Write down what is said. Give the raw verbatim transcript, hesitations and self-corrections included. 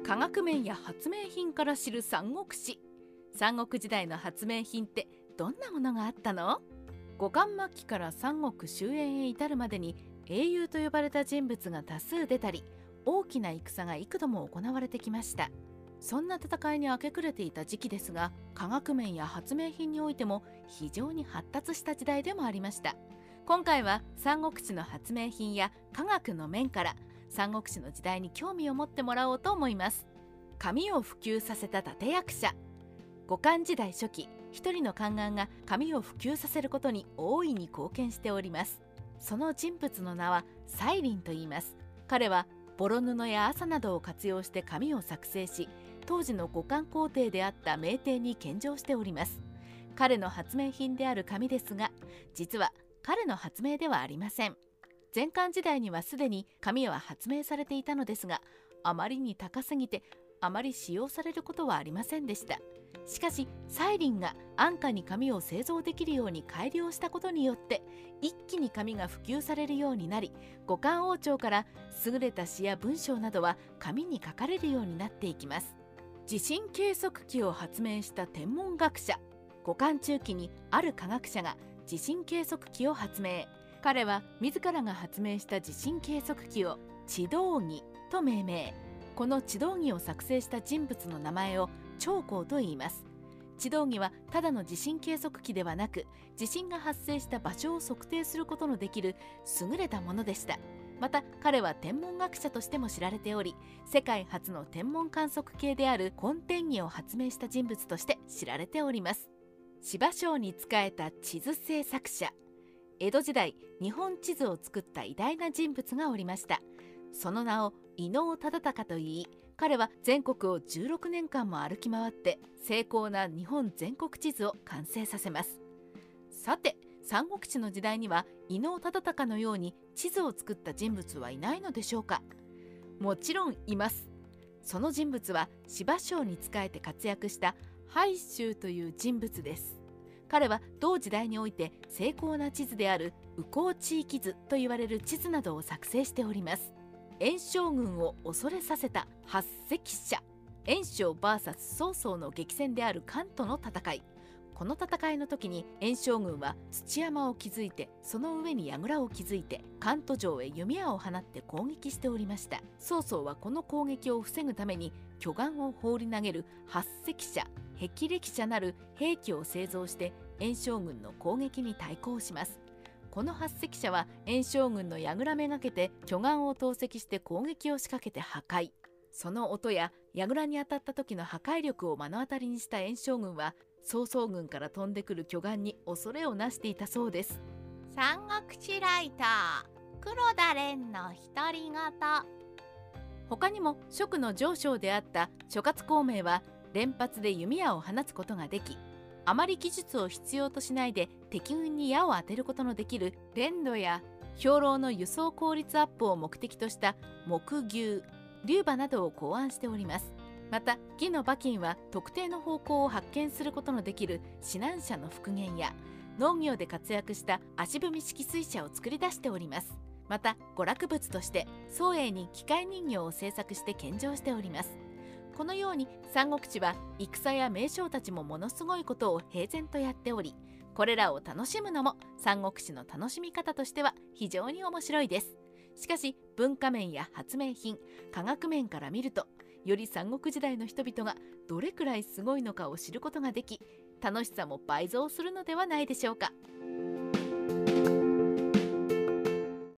科学面や発明品から知る三国志。三国時代の発明品ってどんなものがあったの？五漢末期から三国終焉へ至るまでに英雄と呼ばれた人物が多数出たり、大きな戦が幾度も行われてきました。そんな戦いに明け暮れていた時期ですが、科学面や発明品においても非常に発達した時代でもありました。今回は三国志の発明品や科学の面から三国志の時代に興味を持ってもらおうと思います。紙を普及させた立役者。五漢時代初期、一人の宦官が紙を普及させることに大いに貢献しております。その人物の名はサイリンと言います。彼はボロ布や麻などを活用して紙を作成し、当時の五漢皇帝であった明帝に献上しております。彼の発明品である紙ですが、実は彼の発明ではありません。前漢時代にはすでに紙は発明されていたのですが、あまりに高すぎてあまり使用されることはありませんでした。しかしサイリンが安価に紙を製造できるように改良したことによって、一気に紙が普及されるようになり、五漢王朝から優れた詩や文章などは紙に書かれるようになっていきます。地震計測器を発明した天文学者。五漢中期にある科学者が地震計測器を発明。彼は自らが発明した地震計測器を地動儀と命名。この地動儀を作成した人物の名前を長江と言います。地動儀はただの地震計測器ではなく、地震が発生した場所を測定することのできる優れたものでした。また彼は天文学者としても知られており、世界初の天文観測計である根天儀を発明した人物として知られております。司馬省に仕えた地図製作者。江戸時代、日本地図を作った偉大な人物がおりました。その名を伊能忠敬といい、彼は全国をじゅうろくねんかんも歩き回って精巧な日本全国地図を完成させます。さて、三国志の時代には伊能忠敬のように地図を作った人物はいないのでしょうか？もちろんいます。その人物は司馬省に仕えて活躍した海舟という人物です。彼は同時代において精巧な地図である右向地域図と言われる地図などを作成しております。燕将軍を恐れさせた八隻者。燕将 ブイエス 曹操の激戦である関との戦い。この戦いの時に燕将軍は土山を築いて、その上に櫓を築いて関東城へ弓矢を放って攻撃しておりました。曹操はこの攻撃を防ぐために巨岩を放り投げる八隻者、霹靂車なる兵器を製造して燕将軍の攻撃に対抗します。この八隻車は燕将軍の櫓めがけて巨岩を投石して攻撃を仕掛けて破壊。その音や櫓に当たった時の破壊力を目の当たりにした燕将軍は、曹操軍から飛んでくる巨岩に恐れをなしていたそうです。 三国志ライター黒田蓮の独り言。 他にも蜀の丞相であった諸葛孔明は連発で弓矢を放つことができ、あまり技術を必要としないで敵軍に矢を当てることのできる連弩や兵糧の輸送効率アップを目的とした木牛、龍馬などを考案しております。また魏の馬琴は特定の方向を発見することのできる指南者の復元や、農業で活躍した足踏み式水車を作り出しております。また娯楽物として宋英に機械人形を製作して献上しております。このように三国志は戦や名将たちもものすごいことを平然とやっており、これらを楽しむのも三国志の楽しみ方としては非常に面白いです。しかし文化面や発明品、科学面から見ると、より三国時代の人々がどれくらいすごいのかを知ることができ、楽しさも倍増するのではないでしょうか。